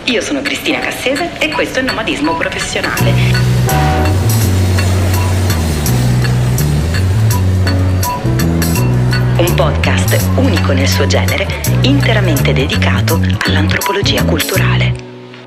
Io sono Cristina Cassese e questo è Nomadismo Professionale. Un podcast unico nel suo genere, interamente dedicato all'antropologia culturale.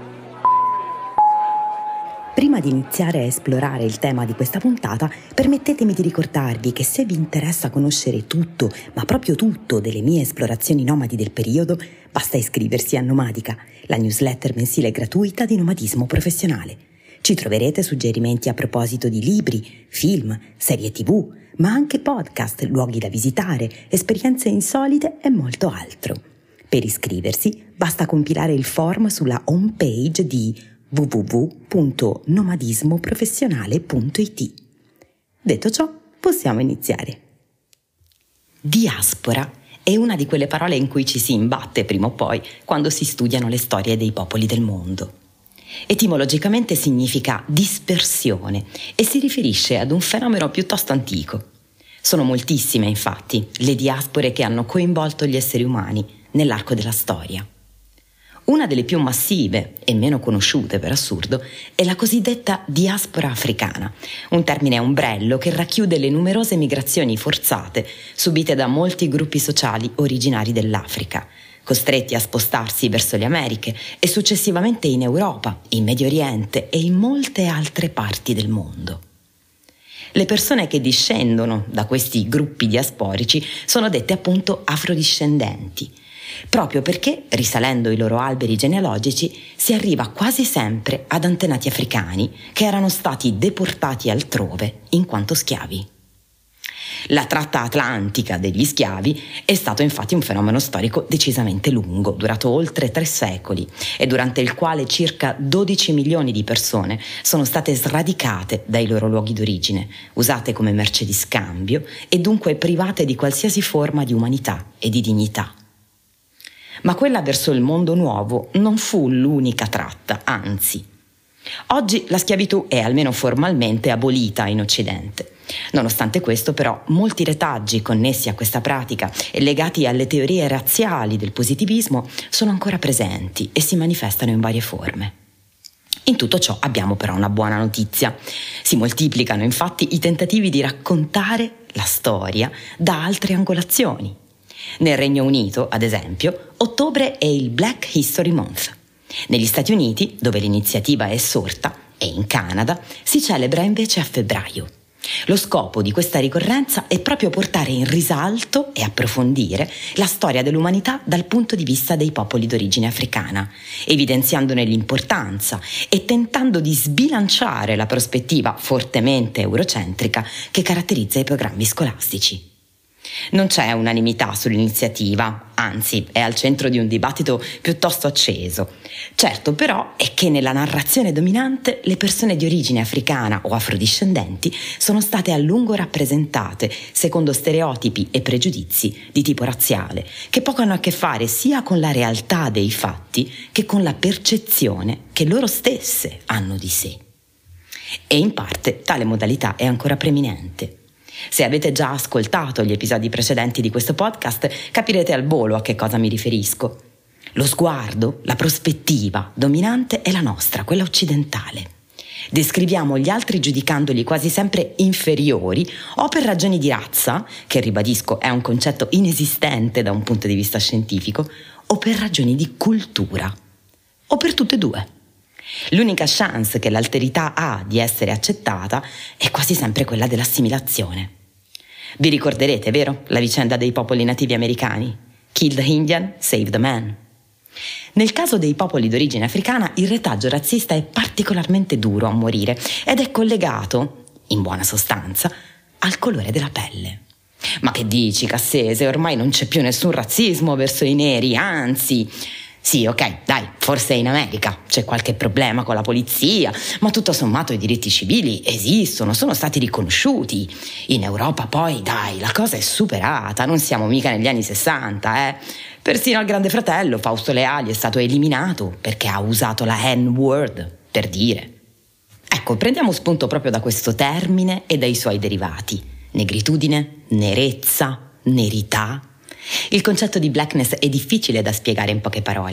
Prima di iniziare a esplorare il tema di questa puntata, permettetemi di ricordarvi che se vi interessa conoscere tutto, ma proprio tutto, delle mie esplorazioni nomadi del periodo, basta iscriversi a Nomadica, la newsletter mensile gratuita di Nomadismo Professionale. Ci troverete suggerimenti a proposito di libri, film, serie TV, ma anche podcast, luoghi da visitare, esperienze insolite e molto altro. Per iscriversi basta compilare il form sulla home page di www.nomadismoprofessionale.it. Detto ciò, possiamo iniziare. Diaspora è una di quelle parole in cui ci si imbatte prima o poi quando si studiano le storie dei popoli del mondo. Etimologicamente significa dispersione e si riferisce ad un fenomeno piuttosto antico. Sono moltissime, infatti, le diaspore che hanno coinvolto gli esseri umani nell'arco della storia. Una delle più massive e meno conosciute, per assurdo, è la cosiddetta diaspora africana, un termine ombrello che racchiude le numerose migrazioni forzate subite da molti gruppi sociali originari dell'Africa, costretti a spostarsi verso le Americhe e successivamente in Europa, in Medio Oriente e in molte altre parti del mondo. Le persone che discendono da questi gruppi diasporici sono dette appunto afrodiscendenti, proprio perché, risalendo i loro alberi genealogici, si arriva quasi sempre ad antenati africani che erano stati deportati altrove in quanto schiavi. La tratta atlantica degli schiavi è stato infatti un fenomeno storico decisamente lungo, durato oltre 3 secoli e durante il quale circa 12 milioni di persone sono state sradicate dai loro luoghi d'origine, usate come merce di scambio e dunque private di qualsiasi forma di umanità e di dignità. Ma quella verso il mondo nuovo non fu l'unica tratta, anzi. Oggi la schiavitù è almeno formalmente abolita in Occidente. Nonostante questo, però, molti retaggi connessi a questa pratica e legati alle teorie razziali del positivismo sono ancora presenti e si manifestano in varie forme. In tutto ciò abbiamo però una buona notizia. Si moltiplicano infatti i tentativi di raccontare la storia da altre angolazioni. Nel Regno Unito, ad esempio, ottobre è il Black History Month. Negli Stati Uniti, dove l'iniziativa è sorta, e in Canada, si celebra invece a febbraio. Lo scopo di questa ricorrenza è proprio portare in risalto e approfondire la storia dell'umanità dal punto di vista dei popoli d'origine africana, evidenziandone l'importanza e tentando di sbilanciare la prospettiva fortemente eurocentrica che caratterizza i programmi scolastici. Non c'è unanimità sull'iniziativa, anzi è al centro di un dibattito piuttosto acceso. Certo però è che nella narrazione dominante le persone di origine africana o afrodiscendenti sono state a lungo rappresentate secondo stereotipi e pregiudizi di tipo razziale, che poco hanno a che fare sia con la realtà dei fatti che con la percezione che loro stesse hanno di sé. E in parte tale modalità è ancora preminente. Se avete già ascoltato gli episodi precedenti di questo podcast, capirete al volo a che cosa mi riferisco. Lo sguardo, la prospettiva dominante è la nostra, quella occidentale. Descriviamo gli altri giudicandoli quasi sempre inferiori o per ragioni di razza, che ribadisco è un concetto inesistente da un punto di vista scientifico, o per ragioni di cultura, o per tutte e due. L'unica chance che l'alterità ha di essere accettata è quasi sempre quella dell'assimilazione. Vi ricorderete, vero, la vicenda dei popoli nativi americani? Kill the Indian, save the man. Nel caso dei popoli d'origine africana, il retaggio razzista è particolarmente duro a morire ed è collegato, in buona sostanza, al colore della pelle. Ma che dici, Cassese? Ormai non c'è più nessun razzismo verso i neri, anzi... Sì, ok, dai, forse in America c'è qualche problema con la polizia, ma tutto sommato i diritti civili esistono, sono stati riconosciuti. In Europa poi, dai, la cosa è superata, non siamo mica negli anni 60, Persino al Grande Fratello Fausto Leali è stato eliminato perché ha usato la N-word per dire. Ecco, prendiamo spunto proprio da questo termine e dai suoi derivati. Negritudine, nerezza, nerità. Il concetto di blackness è difficile da spiegare in poche parole.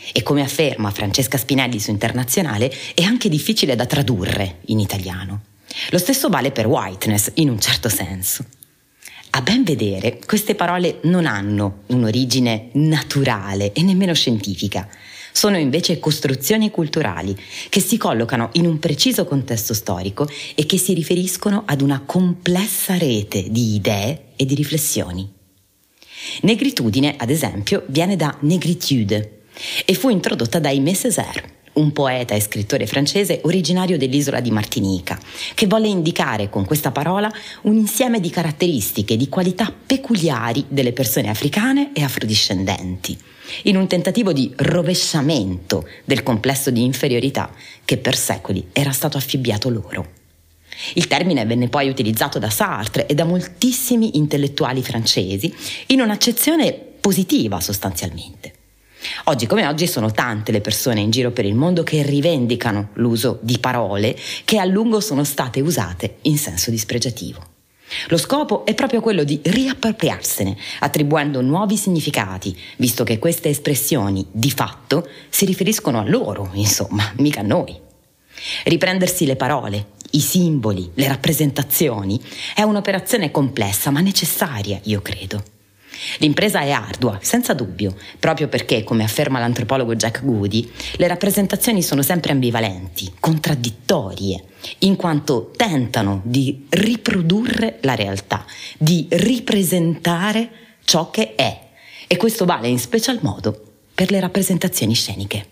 E come afferma Francesca Spinelli su Internazionale, è anche difficile da tradurre in italiano. Lo stesso vale per whiteness, in un certo senso. A ben vedere, queste parole non hanno un'origine naturale e nemmeno scientifica. Sono invece costruzioni culturali che si collocano in un preciso contesto storico e che si riferiscono ad una complessa rete di idee e di riflessioni. Negritudine, ad esempio, viene da négritude e fu introdotta da Aimé Césaire, un poeta e scrittore francese originario dell'isola di Martinica, che volle indicare con questa parola un insieme di caratteristiche e di qualità peculiari delle persone africane e afrodiscendenti, in un tentativo di rovesciamento del complesso di inferiorità che per secoli era stato affibbiato loro. Il termine venne poi utilizzato da Sartre e da moltissimi intellettuali francesi in un'accezione positiva sostanzialmente. Oggi come oggi sono tante le persone in giro per il mondo che rivendicano l'uso di parole che a lungo sono state usate in senso dispregiativo. Lo scopo è proprio quello di riappropriarsene, attribuendo nuovi significati, visto che queste espressioni, di fatto, si riferiscono a loro, insomma, mica a noi. Riprendersi le parole, i simboli, le rappresentazioni è un'operazione complessa ma necessaria, io credo. L'impresa è ardua, senza dubbio, proprio perché, come afferma l'antropologo Jack Goody, le rappresentazioni sono sempre ambivalenti, contraddittorie, in quanto tentano di riprodurre la realtà, di ripresentare ciò che è, e questo vale in special modo per le rappresentazioni sceniche.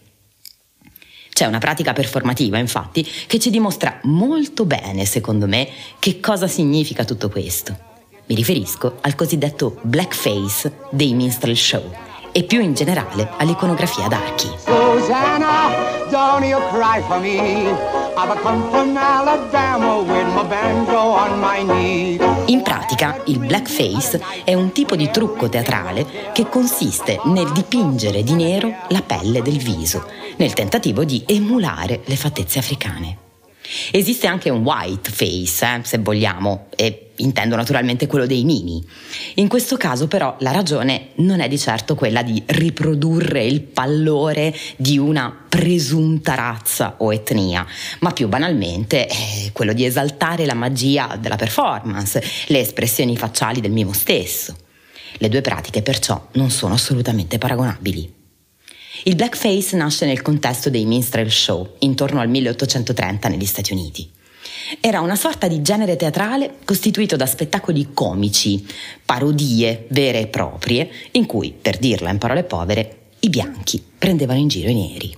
C'è una pratica performativa, infatti, che ci dimostra molto bene, secondo me, che cosa significa tutto questo. Mi riferisco al cosiddetto blackface dei minstrel show e più in generale all'iconografia d'archi. Susanna, don't you cry for me. I've come from Alabama with my banjo on my knee. In pratica, il blackface è un tipo di trucco teatrale che consiste nel dipingere di nero la pelle del viso, nel tentativo di emulare le fattezze africane. Esiste anche un white face, se vogliamo, e intendo naturalmente quello dei mimi. In questo caso però la ragione non è di certo quella di riprodurre il pallore di una presunta razza o etnia, ma più banalmente è quello di esaltare la magia della performance, le espressioni facciali del mimo stesso. Le due pratiche perciò non sono assolutamente paragonabili. Il blackface nasce nel contesto dei minstrel show, intorno al 1830 negli Stati Uniti. Era una sorta di genere teatrale costituito da spettacoli comici, parodie vere e proprie, in cui, per dirla in parole povere, i bianchi prendevano in giro i neri.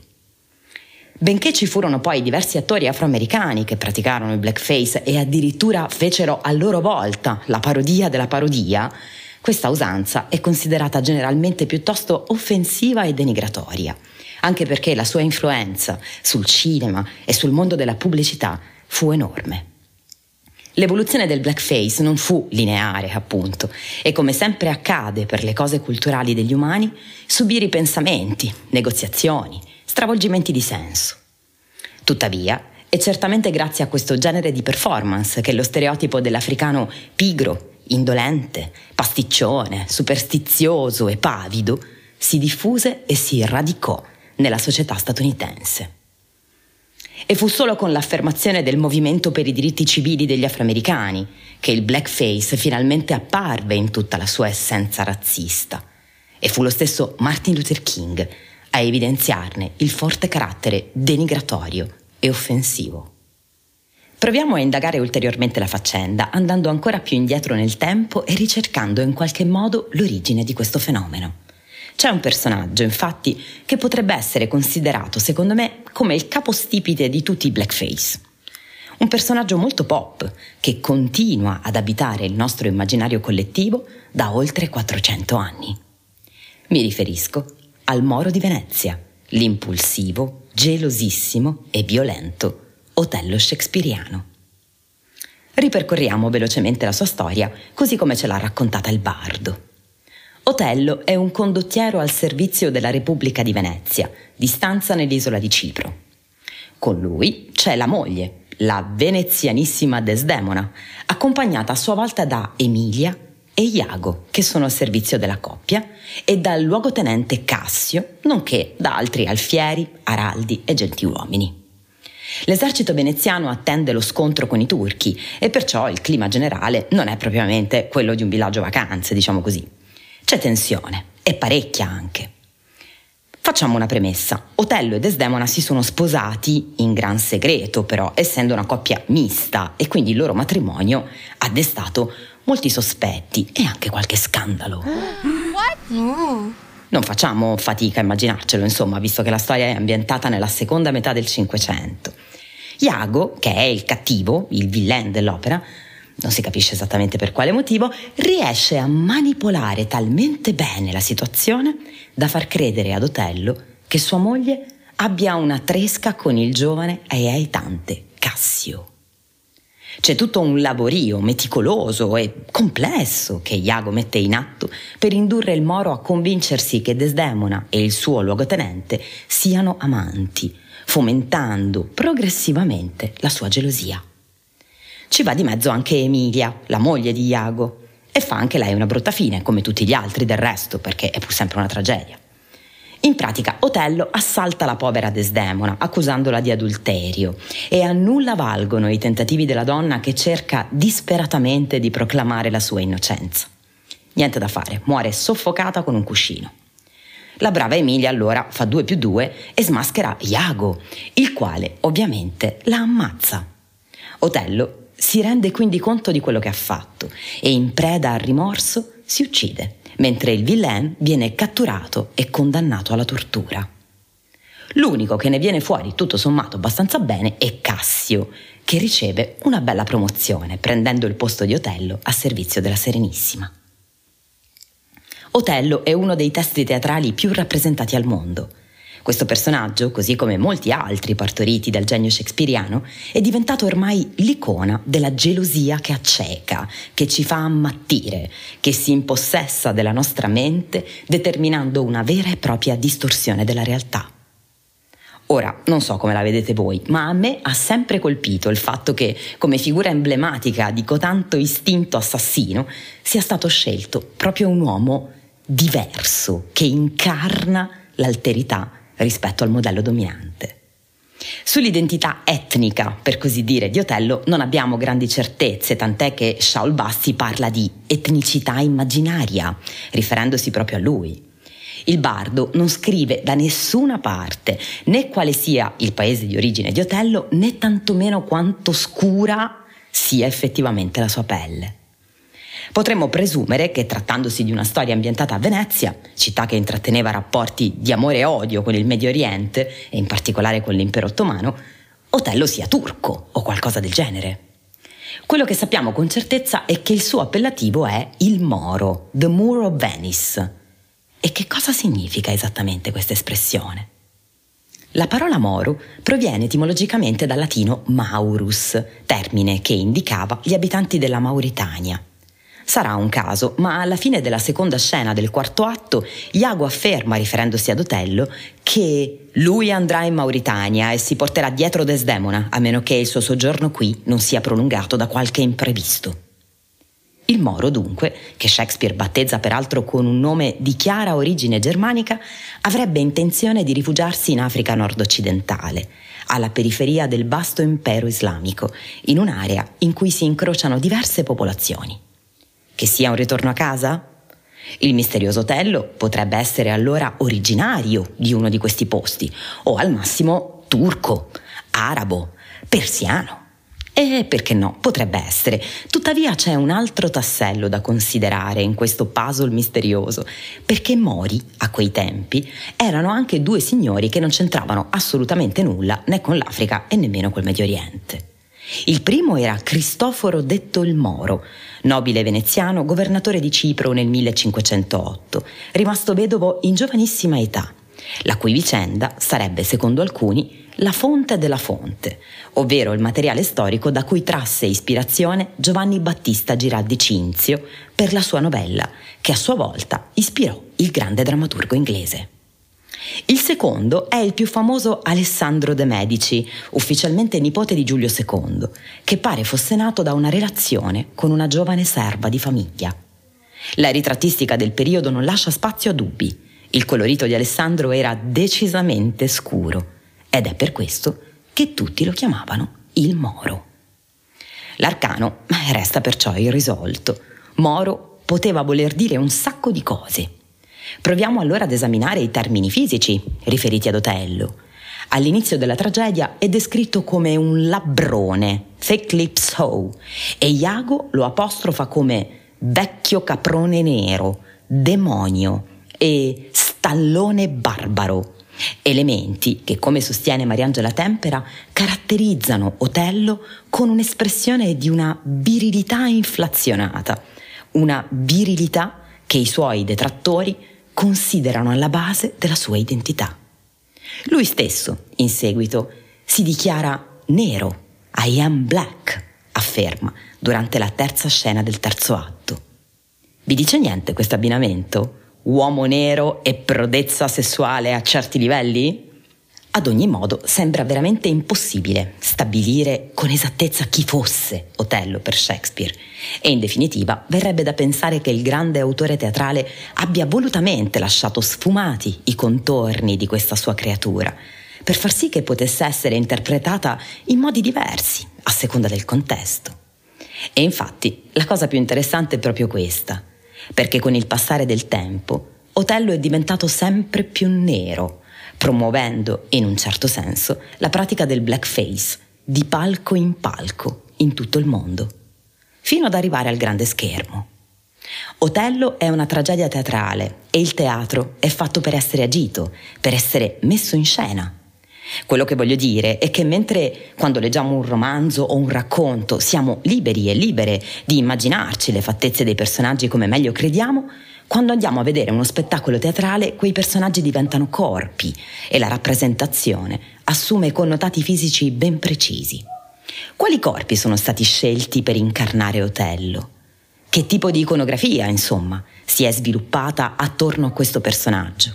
Benché ci furono poi diversi attori afroamericani che praticarono il blackface e addirittura fecero a loro volta la parodia della parodia, questa usanza è considerata generalmente piuttosto offensiva e denigratoria, anche perché la sua influenza sul cinema e sul mondo della pubblicità fu enorme. L'evoluzione del blackface non fu lineare, appunto, e come sempre accade per le cose culturali degli umani, subì ripensamenti, negoziazioni, stravolgimenti di senso. Tuttavia, è certamente grazie a questo genere di performance che lo stereotipo dell'africano pigro, indolente, pasticcione, superstizioso e pavido si diffuse e si radicò nella società statunitense. E fu solo con l'affermazione del movimento per i diritti civili degli afroamericani che il blackface finalmente apparve in tutta la sua essenza razzista. E fu lo stesso Martin Luther King a evidenziarne il forte carattere denigratorio e offensivo. Proviamo a indagare ulteriormente la faccenda, andando ancora più indietro nel tempo e ricercando in qualche modo l'origine di questo fenomeno. C'è un personaggio, infatti, che potrebbe essere considerato, secondo me, come il capostipite di tutti i blackface. Un personaggio molto pop, che continua ad abitare il nostro immaginario collettivo da oltre 400 anni. Mi riferisco al Moro di Venezia, l'impulsivo, gelosissimo e violento Otello shakespeariano. Ripercorriamo velocemente la sua storia, così come ce l'ha raccontata il bardo. Otello è un condottiero al servizio della Repubblica di Venezia, di stanza nell'isola di Cipro. Con lui c'è la moglie, la venezianissima Desdemona, accompagnata a sua volta da Emilia, e Iago, che sono al servizio della coppia, e dal luogotenente Cassio, nonché da altri alfieri, araldi e gentiluomini. L'esercito veneziano attende lo scontro con i turchi e perciò il clima generale non è propriamente quello di un villaggio vacanze, diciamo così. C'è tensione, e parecchia anche. Facciamo una premessa. Otello e Desdemona si sono sposati in gran segreto, però, essendo una coppia mista, e quindi il loro matrimonio ha destato molti sospetti e anche qualche scandalo. What? No. Non facciamo fatica a immaginarcelo, insomma, visto che la storia è ambientata nella seconda metà del Cinquecento. Iago, che è il cattivo, il villain dell'opera, non si capisce esattamente per quale motivo, riesce a manipolare talmente bene la situazione da far credere ad Otello che sua moglie abbia una tresca con il giovane e aitante Cassio. C'è tutto un lavorio meticoloso e complesso che Iago mette in atto per indurre il Moro a convincersi che Desdemona e il suo luogotenente siano amanti, fomentando progressivamente la sua gelosia. Ci va di mezzo anche Emilia, la moglie di Iago, e fa anche lei una brutta fine, come tutti gli altri del resto, perché è pur sempre una tragedia. In pratica, Otello assalta la povera Desdemona, accusandola di adulterio, e a nulla valgono i tentativi della donna che cerca disperatamente di proclamare la sua innocenza. Niente da fare, muore soffocata con un cuscino. La brava Emilia allora fa 2 più 2 e smaschera Iago, il quale ovviamente la ammazza. Otello si rende quindi conto di quello che ha fatto e, in preda al rimorso, si uccide, mentre il villain viene catturato e condannato alla tortura. L'unico che ne viene fuori tutto sommato abbastanza bene è Cassio, che riceve una bella promozione prendendo il posto di Otello a servizio della Serenissima. Otello è uno dei testi teatrali più rappresentati al mondo. Questo personaggio, così come molti altri partoriti dal genio shakespeariano, è diventato ormai l'icona della gelosia che acceca, che ci fa ammattire, che si impossessa della nostra mente, determinando una vera e propria distorsione della realtà. Ora, non so come la vedete voi, ma a me ha sempre colpito il fatto che, come figura emblematica di cotanto istinto assassino, sia stato scelto proprio un uomo diverso, che incarna l'alterità rispetto al modello dominante. Sull'identità etnica, per così dire, di Otello non abbiamo grandi certezze, tant'è che Shaul Bassi parla di etnicità immaginaria, riferendosi proprio a lui. Il bardo non scrive da nessuna parte né quale sia il paese di origine di Otello, né tantomeno quanto scura sia effettivamente la sua pelle. Potremmo presumere che, trattandosi di una storia ambientata a Venezia, città che intratteneva rapporti di amore e odio con il Medio Oriente, e in particolare con l'Impero Ottomano, Otello sia turco o qualcosa del genere. Quello che sappiamo con certezza è che il suo appellativo è il Moro, the Moor of Venice. E che cosa significa esattamente questa espressione? La parola Moro proviene etimologicamente dal latino Maurus, termine che indicava gli abitanti della Mauritania. Sarà un caso, ma alla fine della seconda scena del quarto atto, Iago afferma, riferendosi ad Otello, che lui andrà in Mauritania e si porterà dietro Desdemona, a meno che il suo soggiorno qui non sia prolungato da qualche imprevisto. Il Moro, dunque, che Shakespeare battezza peraltro con un nome di chiara origine germanica, avrebbe intenzione di rifugiarsi in Africa nord-occidentale, alla periferia del vasto impero islamico, in un'area in cui si incrociano diverse popolazioni. Che sia un ritorno a casa? Il misterioso Otello potrebbe essere allora originario di uno di questi posti, o al massimo turco, arabo, persiano. E perché no, potrebbe essere. Tuttavia c'è un altro tassello da considerare in questo puzzle misterioso, perché Mori, a quei tempi, erano anche 2 signori che non c'entravano assolutamente nulla né con l'Africa e nemmeno col Medio Oriente. Il primo era Cristoforo detto il Moro, nobile veneziano, governatore di Cipro nel 1508, rimasto vedovo in giovanissima età, la cui vicenda sarebbe, secondo alcuni, la fonte della fonte, ovvero il materiale storico da cui trasse ispirazione Giovanni Battista Giraldi Cinzio per la sua novella, che a sua volta ispirò il grande drammaturgo inglese. Il secondo è il più famoso Alessandro de' Medici, ufficialmente nipote di Giulio II, che pare fosse nato da una relazione con una giovane serva di famiglia. La ritrattistica del periodo non lascia spazio a dubbi. Il colorito di Alessandro era decisamente scuro ed è per questo che tutti lo chiamavano il Moro. L'arcano resta perciò irrisolto. Moro poteva voler dire un sacco di cose. Proviamo allora ad esaminare i termini fisici riferiti ad Otello. All'inizio della tragedia è descritto come un labbrone, thick lips hoe, e Iago lo apostrofa come vecchio caprone nero, demonio e stallone barbaro, elementi che, come sostiene Mariangela Tempera, caratterizzano Otello con un'espressione di una virilità inflazionata, una virilità che i suoi detrattori considerano alla base della sua identità. Lui stesso, in seguito, si dichiara nero, I am black, afferma durante la terza scena del terzo atto. Vi dice niente questo abbinamento? Uomo nero e prodezza sessuale a certi livelli? Ad ogni modo, sembra veramente impossibile stabilire con esattezza chi fosse Otello per Shakespeare e in definitiva verrebbe da pensare che il grande autore teatrale abbia volutamente lasciato sfumati i contorni di questa sua creatura per far sì che potesse essere interpretata in modi diversi a seconda del contesto. E infatti la cosa più interessante è proprio questa, perché con il passare del tempo Otello è diventato sempre più nero, promuovendo, in un certo senso, la pratica del blackface di palco in palco in tutto il mondo, fino ad arrivare al grande schermo. Otello è una tragedia teatrale e il teatro è fatto per essere agito, per essere messo in scena. Quello che voglio dire è che mentre quando leggiamo un romanzo o un racconto siamo liberi e libere di immaginarci le fattezze dei personaggi come meglio crediamo, quando andiamo a vedere uno spettacolo teatrale, quei personaggi diventano corpi e la rappresentazione assume connotati fisici ben precisi. Quali corpi sono stati scelti per incarnare Otello? Che tipo di iconografia, insomma, si è sviluppata attorno a questo personaggio?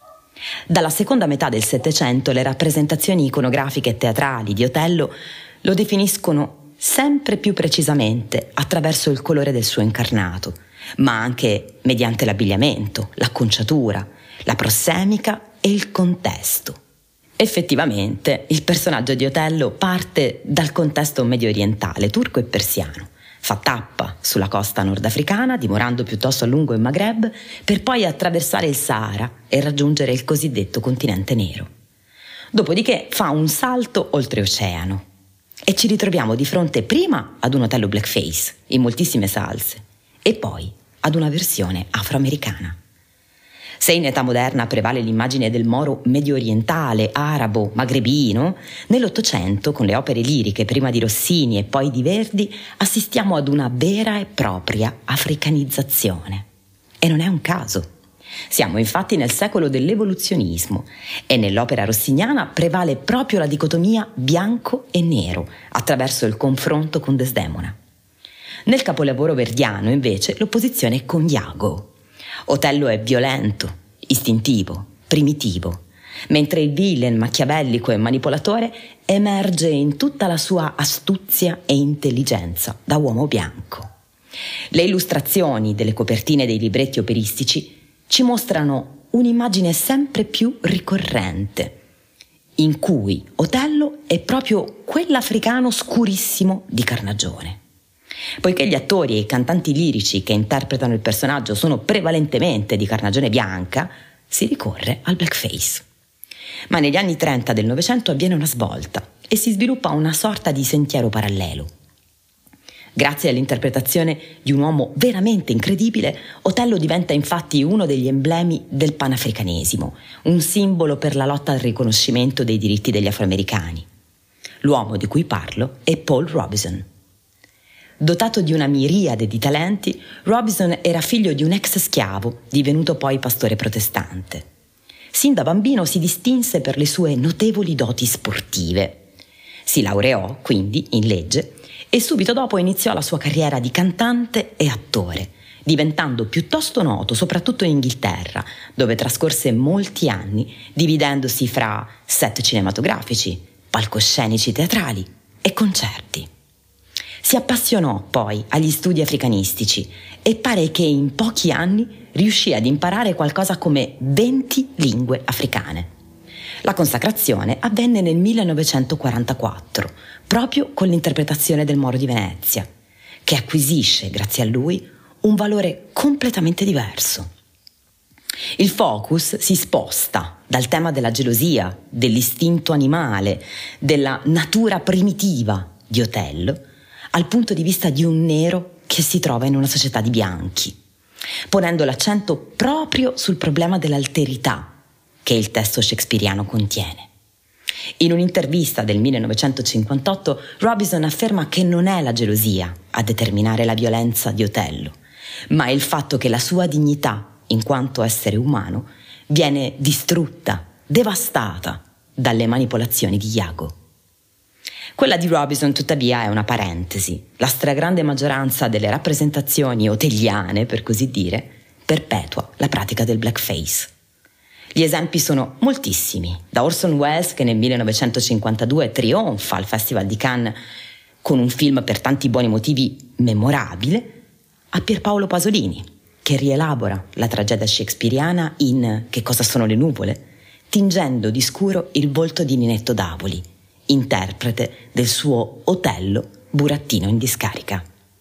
Dalla seconda metà del Settecento le rappresentazioni iconografiche e teatrali di Otello lo definiscono sempre più precisamente attraverso il colore del suo incarnato, ma anche mediante l'abbigliamento, l'acconciatura, la prossemica e il contesto. Effettivamente, il personaggio di Otello parte dal contesto medio orientale, turco e persiano. Fa tappa sulla costa nordafricana, dimorando piuttosto a lungo in Maghreb, per poi attraversare il Sahara e raggiungere il cosiddetto continente nero. Dopodiché fa un salto oltreoceano e ci ritroviamo di fronte prima ad un Otello blackface in moltissime salse e poi ad una versione afroamericana. Se in età moderna prevale l'immagine del Moro medio orientale, arabo, magrebino, nell'Ottocento, con le opere liriche prima di Rossini e poi di Verdi, assistiamo ad una vera e propria africanizzazione. E non è un caso. Siamo infatti nel secolo dell'evoluzionismo e nell'opera rossiniana prevale proprio la dicotomia bianco e nero attraverso il confronto con Desdemona. Nel capolavoro verdiano, invece, l'opposizione è con Iago. Otello è violento, istintivo, primitivo, mentre il villain machiavellico e manipolatore emerge in tutta la sua astuzia e intelligenza da uomo bianco. Le illustrazioni delle copertine dei libretti operistici ci mostrano un'immagine sempre più ricorrente, in cui Otello è proprio quell'africano scurissimo di carnagione. Poiché gli attori e i cantanti lirici che interpretano il personaggio sono prevalentemente di carnagione bianca, si ricorre al blackface. Ma negli anni 30 del Novecento avviene una svolta e si sviluppa una sorta di sentiero parallelo. Grazie all'interpretazione di un uomo veramente incredibile, Otello diventa infatti uno degli emblemi del panafricanesimo, un simbolo per la lotta al riconoscimento dei diritti degli afroamericani. L'uomo di cui parlo è Paul Robeson. Dotato di una miriade di talenti, Robeson era figlio di un ex schiavo, divenuto poi pastore protestante. Sin da bambino si distinse per le sue notevoli doti sportive. Si laureò, quindi, in legge e subito dopo iniziò la sua carriera di cantante e attore, diventando piuttosto noto soprattutto in Inghilterra, dove trascorse molti anni dividendosi fra set cinematografici, palcoscenici teatrali e concerti. Si appassionò poi agli studi africanistici e pare che in pochi anni riuscì ad imparare qualcosa come 20 lingue africane. La consacrazione avvenne nel 1944, proprio con l'interpretazione del Moro di Venezia, che acquisisce, grazie a lui, un valore completamente diverso. Il focus si sposta dal tema della gelosia, dell'istinto animale, della natura primitiva di Otello, al punto di vista di un nero che si trova in una società di bianchi, ponendo l'accento proprio sul problema dell'alterità che il testo shakespeariano contiene. In un'intervista del 1958, Robinson afferma che non è la gelosia a determinare la violenza di Otello, ma è il fatto che la sua dignità, in quanto essere umano, viene distrutta, devastata dalle manipolazioni di Iago. Quella di Robinson, tuttavia, è una parentesi. La stragrande maggioranza delle rappresentazioni otelliane, per così dire, perpetua la pratica del blackface. Gli esempi sono moltissimi, da Orson Welles, che nel 1952 trionfa al Festival di Cannes con un film per tanti buoni motivi memorabile, a Pierpaolo Pasolini, che rielabora la tragedia shakespeariana in Che cosa sono le nuvole, tingendo di scuro il volto di Ninetto Davoli, interprete del suo Otello burattino in discarica.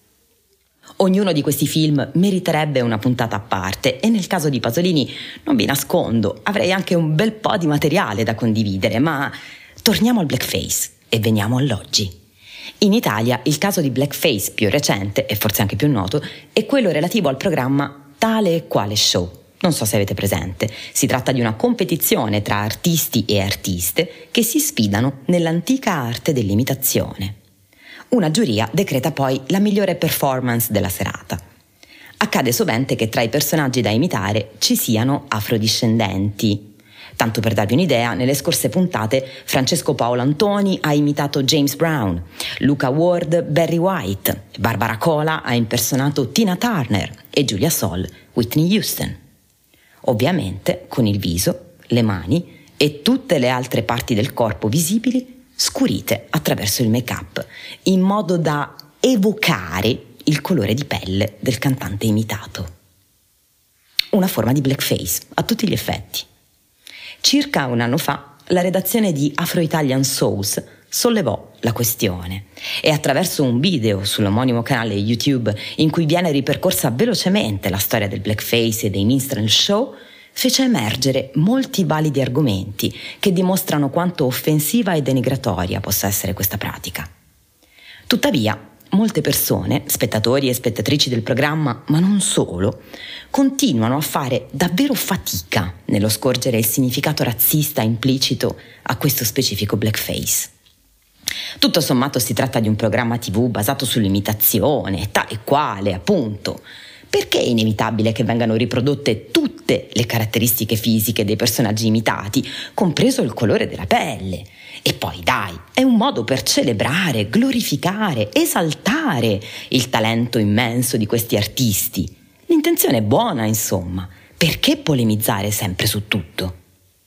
Ognuno di questi film meriterebbe una puntata a parte e nel caso di Pasolini, non vi nascondo, avrei anche un bel po' di materiale da condividere, ma torniamo al blackface e veniamo all'oggi. In Italia il caso di blackface più recente, e forse anche più noto, è quello relativo al programma Tale e Quale Show. Non so se avete presente, si tratta di una competizione tra artisti e artiste che si sfidano nell'antica arte dell'imitazione. Una giuria decreta poi la migliore performance della serata. Accade sovente che tra i personaggi da imitare ci siano afrodiscendenti. Tanto per darvi un'idea, nelle scorse puntate Francesco Paolo Antoni ha imitato James Brown, Luca Ward Barry White, Barbara Cola ha impersonato Tina Turner e Julia Sol Whitney Houston. Ovviamente con il viso, le mani e tutte le altre parti del corpo visibili scurite attraverso il make-up, in modo da evocare il colore di pelle del cantante imitato. Una forma di blackface, a tutti gli effetti. Circa un anno fa, la redazione di Afro-Italian Souls sollevò la questione e attraverso un video sull'omonimo canale YouTube in cui viene ripercorsa velocemente la storia del blackface e dei minstrel show, fece emergere molti validi argomenti che dimostrano quanto offensiva e denigratoria possa essere questa pratica. Tuttavia, molte persone, spettatori e spettatrici del programma, ma non solo, continuano a fare davvero fatica nello scorgere il significato razzista implicito a questo specifico blackface. Tutto sommato si tratta di un programma TV basato sull'imitazione, tale e quale, appunto. Perché è inevitabile che vengano riprodotte tutte le caratteristiche fisiche dei personaggi imitati, compreso il colore della pelle? E poi dai, è un modo per celebrare, glorificare, esaltare il talento immenso di questi artisti. L'intenzione è buona, insomma. Perché polemizzare sempre su tutto?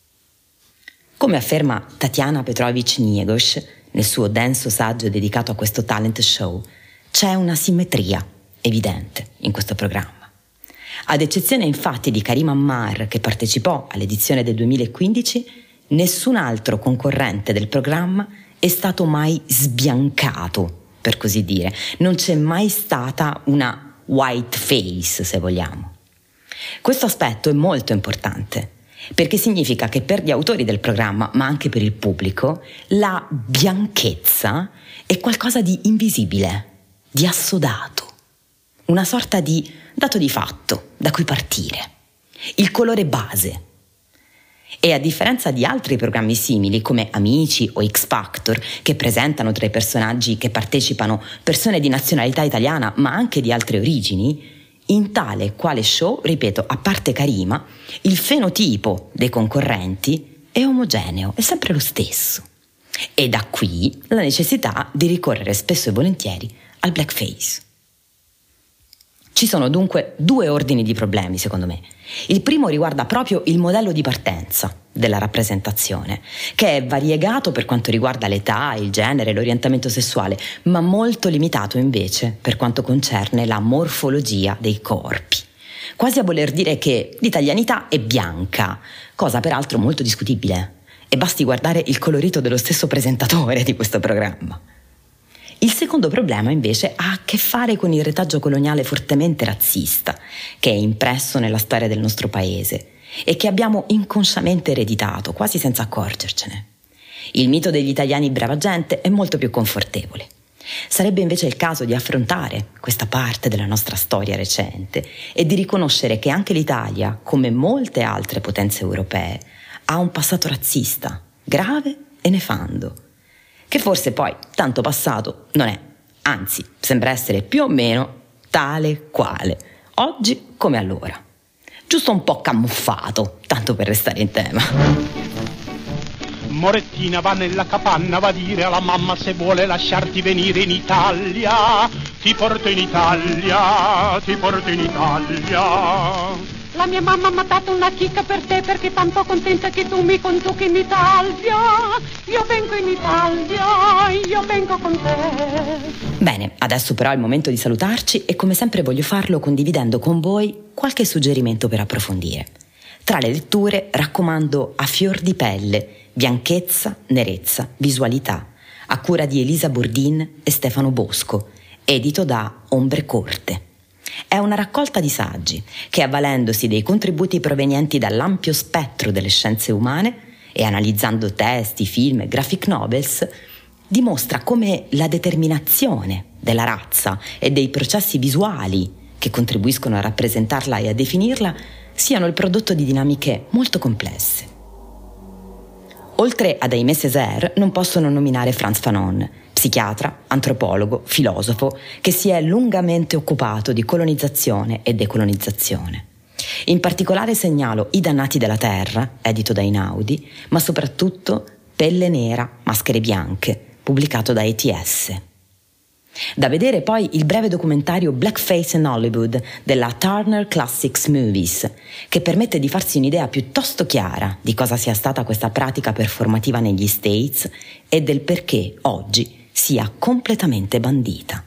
Come afferma Tatiana Petrovich-Niegos nel suo denso saggio dedicato a questo talent show, c'è una simmetria evidente in questo programma. Ad eccezione infatti di Karim Ammar, che partecipò all'edizione del 2015, nessun altro concorrente del programma è stato mai sbiancato, per così dire. Non c'è mai stata una white face, se vogliamo. Questo aspetto è molto importante, perché significa che per gli autori del programma, ma anche per il pubblico, la bianchezza è qualcosa di invisibile, di assodato, una sorta di dato di fatto da cui partire, il colore base. E a differenza di altri programmi simili come Amici o X Factor, che presentano tra i personaggi che partecipano persone di nazionalità italiana ma anche di altre origini, in Tale Quale Show, ripeto, a parte Karima, il fenotipo dei concorrenti è omogeneo, è sempre lo stesso. E da qui la necessità di ricorrere spesso e volentieri al blackface. Ci sono dunque due ordini di problemi, secondo me. Il primo riguarda proprio il modello di partenza della rappresentazione, che è variegato per quanto riguarda l'età, il genere, l'orientamento sessuale, ma molto limitato invece per quanto concerne la morfologia dei corpi. Quasi a voler dire che l'italianità è bianca, cosa peraltro molto discutibile, e basti guardare il colorito dello stesso presentatore di questo programma. Il secondo problema invece ha a che fare con il retaggio coloniale fortemente razzista che è impresso nella storia del nostro paese e che abbiamo inconsciamente ereditato, quasi senza accorgercene. Il mito degli italiani brava gente è molto più confortevole. Sarebbe invece il caso di affrontare questa parte della nostra storia recente e di riconoscere che anche l'Italia, come molte altre potenze europee, ha un passato razzista, grave e nefando, che forse poi tanto passato non è, anzi sembra essere più o meno tale quale, oggi come allora. Giusto un po' camuffato, tanto per restare in tema. Morettina va nella capanna, va a dire alla mamma se vuole lasciarti venire in Italia. Ti porto in Italia, ti porto in Italia. La mia mamma mi ha dato una chicca per te perché tanto contenta che tu mi conduca in Italia. Io vengo in Italia, io vengo con te. Bene, adesso però è il momento di salutarci e come sempre voglio farlo condividendo con voi qualche suggerimento per approfondire. Tra le letture raccomando A fior di pelle, Bianchezza, nerezza, visualità, a cura di Elisa Bordin e Stefano Bosco, edito da Ombre Corte. È una raccolta di saggi che, avvalendosi dei contributi provenienti dall'ampio spettro delle scienze umane e analizzando testi, film e graphic novels, dimostra come la determinazione della razza e dei processi visuali che contribuiscono a rappresentarla e a definirla siano il prodotto di dinamiche molto complesse. Oltre ad Aimé Césaire non posso non nominare Frantz Fanon, psichiatra, antropologo, filosofo, che si è lungamente occupato di colonizzazione e decolonizzazione. In particolare segnalo I dannati della terra, edito da Einaudi, ma soprattutto Pelle nera, maschere bianche, pubblicato da ETS. Da vedere poi il breve documentario Blackface in Hollywood della Turner Classics Movies, che permette di farsi un'idea piuttosto chiara di cosa sia stata questa pratica performativa negli States e del perché oggi sia completamente bandita.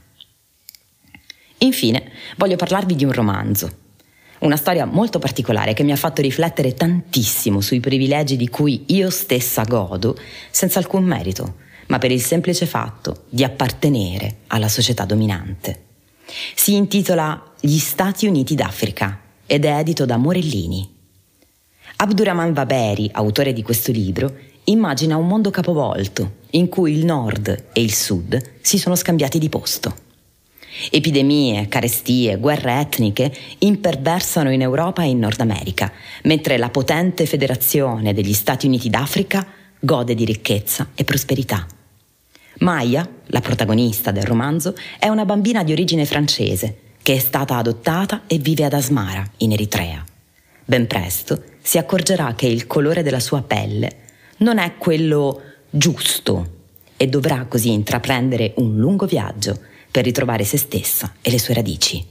Infine, voglio parlarvi di un romanzo, una storia molto particolare che mi ha fatto riflettere tantissimo sui privilegi di cui io stessa godo senza alcun merito, ma per il semplice fatto di appartenere alla società dominante. Si intitola Gli Stati Uniti d'Africa ed è edito da Morellini. Abdurrahman Vaberi, autore di questo libro, immagina un mondo capovolto in cui il nord e il sud si sono scambiati di posto. Epidemie, carestie, guerre etniche imperversano in Europa e in Nord America, mentre la potente federazione degli Stati Uniti d'Africa gode di ricchezza e prosperità. Maya, la protagonista del romanzo, è una bambina di origine francese che è stata adottata e vive ad Asmara, in Eritrea. Ben presto si accorgerà che il colore della sua pelle non è quello giusto e dovrà così intraprendere un lungo viaggio per ritrovare se stessa e le sue radici.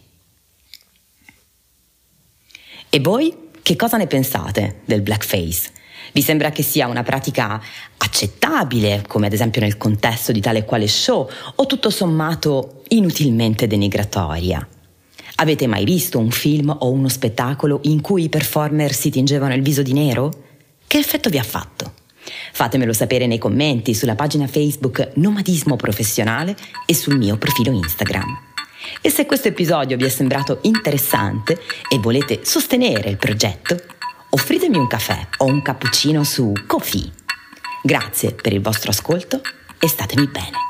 E voi che cosa ne pensate del blackface? Vi sembra che sia una pratica accettabile, come ad esempio nel contesto di tale e quale show, o tutto sommato inutilmente denigratoria? Avete mai visto un film o uno spettacolo in cui i performer si tingevano il viso di nero? Che effetto vi ha fatto? Fatemelo sapere nei commenti sulla pagina Facebook Nomadismo Professionale e sul mio profilo Instagram. E se questo episodio vi è sembrato interessante e volete sostenere il progetto, offritemi un caffè o un cappuccino su Ko-fi. Grazie per il vostro ascolto e statemi bene.